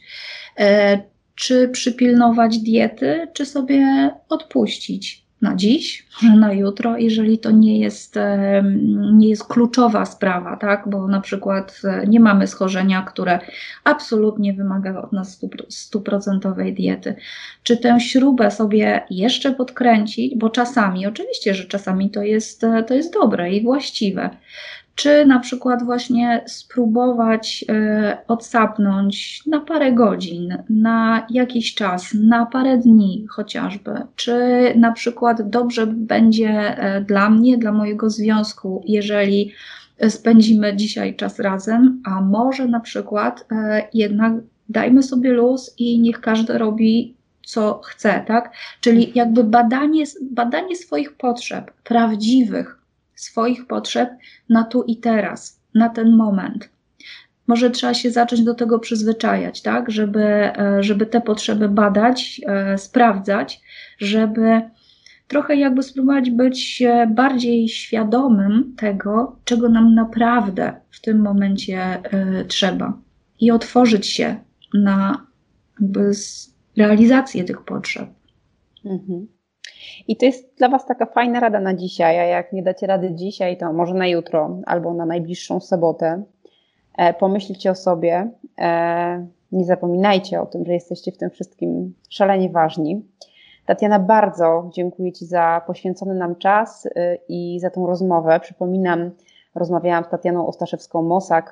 Czy przypilnować diety, czy sobie odpuścić na dziś, może na jutro, jeżeli to nie jest kluczowa sprawa, tak? Bo na przykład nie mamy schorzenia, które absolutnie wymaga od nas 100% diety. Czy tę śrubę sobie jeszcze podkręcić, bo czasami, oczywiście, że czasami to jest dobre i właściwe. Czy na przykład właśnie spróbować odsapnąć na parę godzin, na jakiś czas, na parę dni chociażby. Czy na przykład dobrze będzie dla mnie, dla mojego związku, jeżeli spędzimy dzisiaj czas razem, a może na przykład jednak dajmy sobie luz i niech każdy robi co chce, tak? Czyli jakby badanie swoich potrzeb, prawdziwych swoich potrzeb na tu i teraz, na ten moment. Może trzeba się zacząć do tego przyzwyczajać, tak? Żeby te potrzeby badać, sprawdzać, żeby trochę jakby spróbować być bardziej świadomym tego, czego nam naprawdę w tym momencie trzeba i otworzyć się na jakby realizację tych potrzeb. Mhm. I to jest dla Was taka fajna rada na dzisiaj, a jak nie dacie rady dzisiaj, to może na jutro albo na najbliższą sobotę. Pomyślcie o sobie, nie zapominajcie o tym, że jesteście w tym wszystkim szalenie ważni. Tatiana, bardzo dziękuję Ci za poświęcony nam czas i za tą rozmowę. Przypominam, rozmawiałam z Tatianą Ostaszewską-Mosak,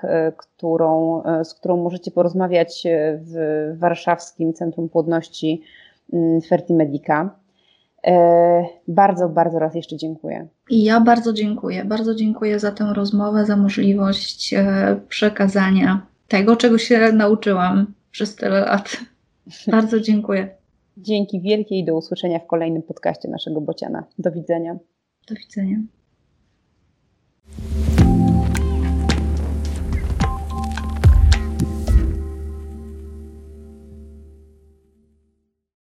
z którą możecie porozmawiać w warszawskim Centrum Płodności Fertimedica. Bardzo, bardzo raz jeszcze dziękuję. I ja bardzo dziękuję. Bardzo dziękuję za tę rozmowę, za możliwość przekazania tego, czego się nauczyłam przez tyle lat. Bardzo dziękuję. Dzięki wielkie i do usłyszenia w kolejnym podcaście naszego Bociana. Do widzenia. Do widzenia.